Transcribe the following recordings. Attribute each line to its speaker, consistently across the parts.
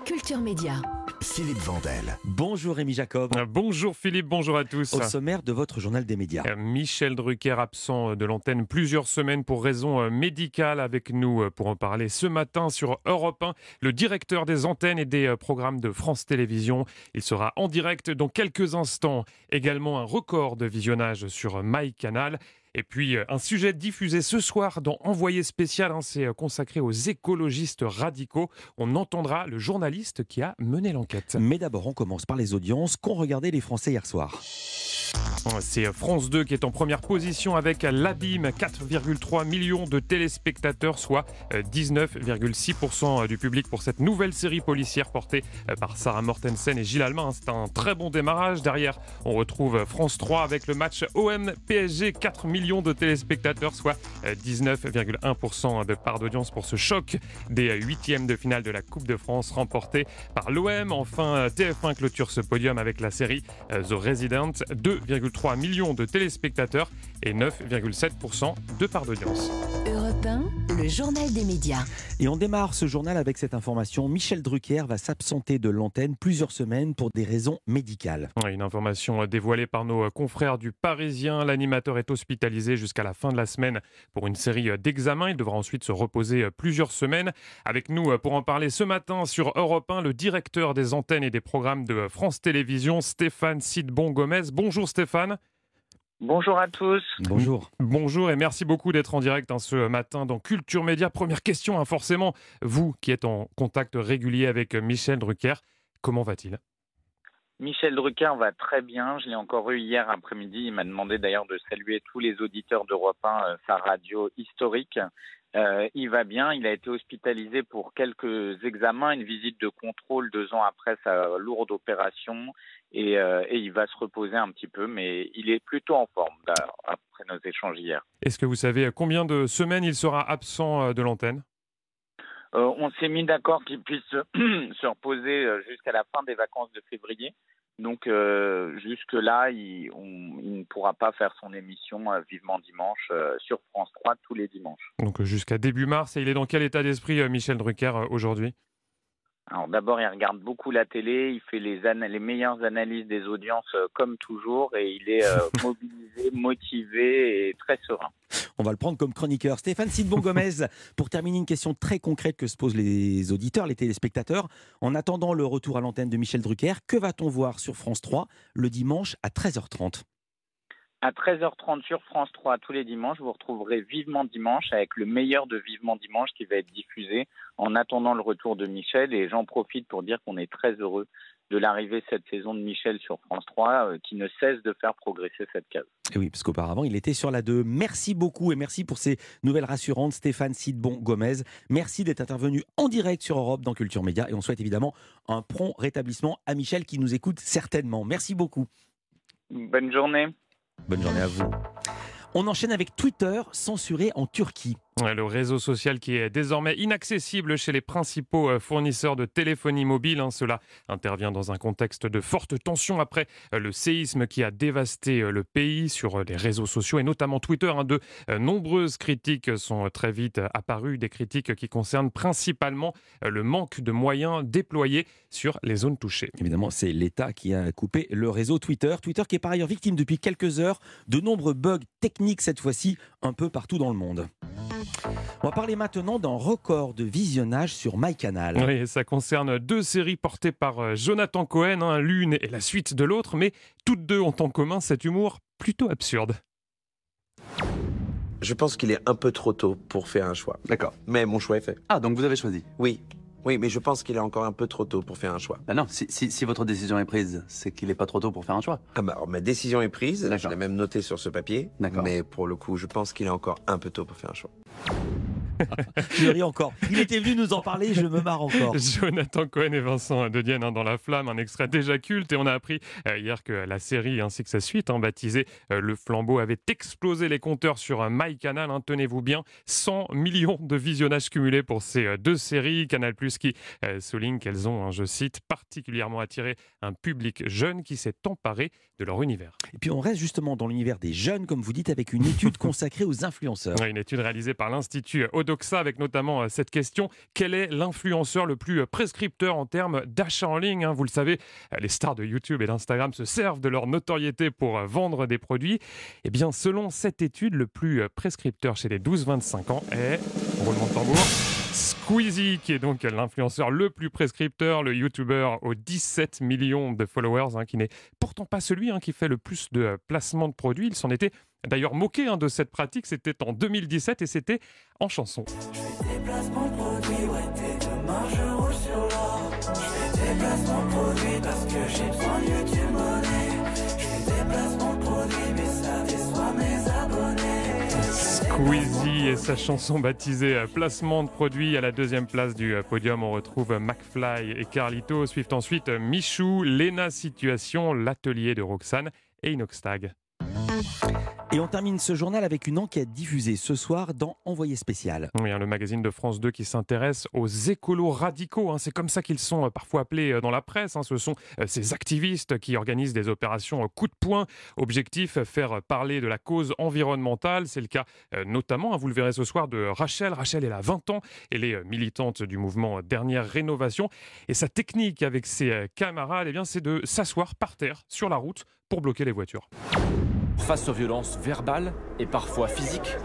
Speaker 1: Culture Média.
Speaker 2: Philippe Vandel.
Speaker 3: Bonjour Rémi Jacob.
Speaker 4: Bonjour Philippe, bonjour à tous.
Speaker 3: Au sommaire de votre journal des médias.
Speaker 4: Michel Drucker absent de l'antenne plusieurs semaines pour raisons médicales. Avec nous pour en parler ce matin sur Europe 1, le directeur des antennes et des programmes de France Télévisions. Il sera en direct dans quelques instants. Également un record de visionnage sur MyCanal. Et puis, un sujet diffusé ce soir dans Envoyé spécial, c'est consacré aux écologistes radicaux. On entendra le journaliste qui a mené l'enquête.
Speaker 3: Mais d'abord, on commence par les audiences qu'ont regardé les Français hier soir.
Speaker 4: C'est France 2 qui est en première position avec l'Abîme, 4,3 millions de téléspectateurs, soit 19,6% du public pour cette nouvelle série policière portée par Sarah Mortensen et Gilles Almin. C'est un très bon démarrage. Derrière, on retrouve France 3 avec le match OM-PSG, 4 millions de téléspectateurs, soit 19,1% de part d'audience pour ce choc des huitièmes de finale de la Coupe de France remportée par l'OM. Enfin, TF1 clôture ce podium avec la série The Resident, 2,3 millions de téléspectateurs et 9,7% de part d'audience.
Speaker 1: Europe 1, le journal des médias.
Speaker 3: Et on démarre ce journal avec cette information. Michel Drucker va s'absenter de l'antenne plusieurs semaines pour des raisons médicales.
Speaker 4: Une information dévoilée par nos confrères du Parisien. L'animateur est hospitalisé jusqu'à la fin de la semaine pour une série d'examens. Il devra ensuite se reposer plusieurs semaines. Avec nous pour en parler ce matin sur Europe 1, le directeur des antennes et des programmes de France Télévisions, Stéphane Sidbon-Gomez. Bonjour Stéphane.
Speaker 5: Bonjour à tous.
Speaker 3: Bonjour.
Speaker 4: Bonjour et merci beaucoup d'être en direct ce matin dans Culture Média. Première question, forcément, vous qui êtes en contact régulier avec Michel Drucker, comment va-t-il ?
Speaker 5: Michel Drucker va très bien. Je l'ai encore eu hier après-midi. Il m'a demandé d'ailleurs de saluer tous les auditeurs d'Europe 1, sa radio historique. Il va bien. Il a été hospitalisé pour quelques examens, une visite de contrôle 2 ans après sa lourde opération. Et il va se reposer un petit peu, mais il est plutôt en forme après nos échanges hier.
Speaker 4: Est-ce que vous savez combien de semaines il sera absent de l'antenne ?
Speaker 5: On s'est mis d'accord qu'il puisse se reposer jusqu'à la fin des vacances de février. Donc jusque-là, il ne pourra pas faire son émission Vivement Dimanche sur France 3 tous les dimanches.
Speaker 4: Donc jusqu'à début mars. Et il est dans quel état d'esprit, Michel Drucker, aujourd'hui ?
Speaker 5: Alors d'abord, il regarde beaucoup la télé, il fait les meilleures analyses des audiences comme toujours et il est mobilisé, motivé et très serein.
Speaker 3: On va le prendre comme chroniqueur. Stéphane Sidbon-Gomez, pour terminer, une question très concrète que se posent les auditeurs, les téléspectateurs. En attendant le retour à l'antenne de Michel Drucker, que va-t-on voir sur France 3 le dimanche à 13h30 ?
Speaker 5: À 13h30 sur France 3 tous les dimanches, vous retrouverez Vivement Dimanche avec le meilleur de Vivement Dimanche qui va être diffusé en attendant le retour de Michel. Et j'en profite pour dire qu'on est très heureux de l'arrivée cette saison de Michel sur France 3 qui ne cesse de faire progresser cette case.
Speaker 3: Et oui, parce qu'auparavant, il était sur la 2. Merci beaucoup et merci pour ces nouvelles rassurantes, Stéphane Sidbon-Gomez. Merci d'être intervenu en direct sur Europe dans Culture Média. Et on souhaite évidemment un prompt rétablissement à Michel qui nous écoute certainement. Merci beaucoup.
Speaker 5: Bonne journée.
Speaker 3: Bonne journée à vous. On enchaîne avec Twitter, censuré en Turquie.
Speaker 4: Le réseau social qui est désormais inaccessible chez les principaux fournisseurs de téléphonie mobile. Cela intervient dans un contexte de forte tension après le séisme qui a dévasté le pays sur les réseaux sociaux et notamment Twitter. De nombreuses critiques sont très vite apparues, des critiques qui concernent principalement le manque de moyens déployés sur les zones touchées.
Speaker 3: Évidemment, c'est l'État qui a coupé le réseau Twitter. Twitter qui est par ailleurs victime depuis quelques heures de nombreux bugs techniques, cette fois-ci un peu partout dans le monde. On va parler maintenant d'un record de visionnage sur MyCanal.
Speaker 4: Oui, ça concerne 2 séries portées par Jonathan Cohen. L'une est la suite de l'autre, mais toutes 2 ont en commun cet humour plutôt absurde.
Speaker 6: Je pense qu'il est un peu trop tôt pour faire un choix.
Speaker 7: D'accord.
Speaker 6: Mais mon choix est fait.
Speaker 7: Ah, donc vous avez choisi.
Speaker 6: Oui, mais je pense qu'il est encore un peu trop tôt pour faire un choix.
Speaker 7: Ah non, si votre décision est prise, c'est qu'il n'est pas trop tôt pour faire un choix.
Speaker 6: Alors, ma décision est prise, je
Speaker 7: D'accord.
Speaker 6: l'ai même noté sur ce papier.
Speaker 7: D'accord.
Speaker 6: Mais pour le coup, je pense qu'il est encore un peu tôt pour faire un choix.
Speaker 3: Je ris encore. Il était venu nous en parler, je me marre encore.
Speaker 4: Jonathan Cohen et Vincent de Dienne dans La Flamme, un extrait déjà culte. Et on a appris hier que la série ainsi que sa suite, baptisée Le Flambeau, avait explosé les compteurs sur MyCanal. Tenez-vous bien, 100 millions de visionnages cumulés pour ces 2 séries. Canal+ qui souligne qu'elles ont, je cite, particulièrement attiré un public jeune qui s'est emparé de leur univers.
Speaker 3: Et puis on reste justement dans l'univers des jeunes, comme vous dites, avec une étude consacrée aux influenceurs.
Speaker 4: Une étude réalisée par l'Institut Odo Doxa avec notamment cette question. Quel est l'influenceur le plus prescripteur en termes d'achat en ligne, hein? Vous le savez, les stars de YouTube et d'Instagram se servent de leur notoriété pour vendre des produits. Eh bien, selon cette étude, le plus prescripteur chez les 12-25 ans est, roulement de tambour, Squeezie, qui est donc l'influenceur le plus prescripteur, le YouTuber aux 17 millions de followers, hein, qui n'est pourtant pas celui qui fait le plus de placements de produits. Il s'en était d'ailleurs moqué de cette pratique, c'était en 2017 et c'était en chanson.
Speaker 2: Je fais des placements de produits, ouais, dès demain je roule sur l'or. Je fais des placements de produits parce que j'ai besoin de YouTube monnaie. Je fais des placements de produits, mais ça déçoit mes abonnés.
Speaker 4: Squeezie et sa chanson baptisée Placement de produits. À la deuxième place du podium, on retrouve McFly et Carlito. Suivent ensuite Michou, Lena Situation, l'atelier de Roxane et Inoxtag.
Speaker 3: Et on termine ce journal avec une enquête diffusée ce soir dans Envoyé spécial.
Speaker 4: Oui, le magazine de France 2 qui s'intéresse aux écolos radicaux. C'est comme ça qu'ils sont parfois appelés dans la presse. Ce sont ces activistes qui organisent des opérations coup de poing. Objectif, faire parler de la cause environnementale. C'est le cas notamment, vous le verrez ce soir, de Rachel. Rachel, elle a 20 ans. Elle est militante du mouvement Dernière Rénovation. Et sa technique avec ses camarades, c'est de s'asseoir par terre sur la route pour bloquer les voitures.
Speaker 8: Face aux violences verbales et parfois physiques,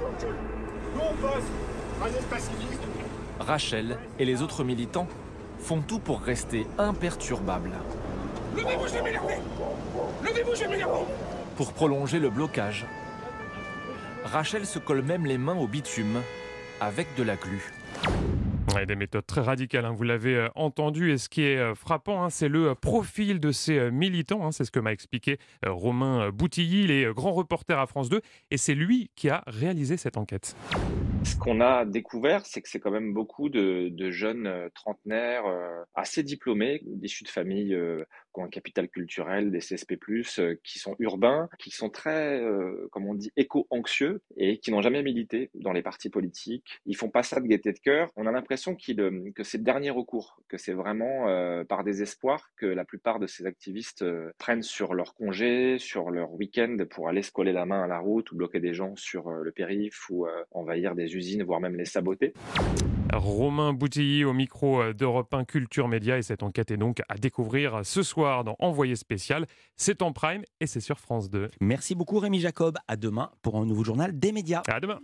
Speaker 8: Rachel et les autres militants font tout pour rester imperturbables.
Speaker 9: Levez-vous, je vais m'énerver! Levez-vous, je vais m'énerver!
Speaker 8: Pour prolonger le blocage, Rachel se colle même les mains au bitume avec de la glu.
Speaker 4: Ouais, des méthodes très radicales, vous l'avez entendu. Et ce qui est frappant, c'est le profil de ces militants. C'est ce que m'a expliqué Romain Boutilly, il est grand reporter à France 2. Et c'est lui qui a réalisé cette enquête.
Speaker 10: Ce qu'on a découvert, c'est que c'est quand même beaucoup de jeunes trentenaires assez diplômés, issus de familles qui ont un capital culturel, des CSP+, qui sont urbains, qui sont très, comme on dit, éco-anxieux et qui n'ont jamais milité dans les partis politiques. Ils font pas ça de gaieté de cœur. On a l'impression que c'est le dernier recours, que c'est vraiment par désespoir que la plupart de ces activistes prennent sur leur congé, sur leur week-end pour aller se coller la main à la route ou bloquer des gens sur le périph' ou envahir des usines, voire même les saboter.
Speaker 4: Romain Boutilly au micro d'Europe 1 Culture Média, et cette enquête est donc à découvrir ce soir dans Envoyé spécial. C'est en prime et c'est sur France 2.
Speaker 3: Merci beaucoup Rémi Jacob. À demain pour un nouveau journal des médias.
Speaker 4: À demain.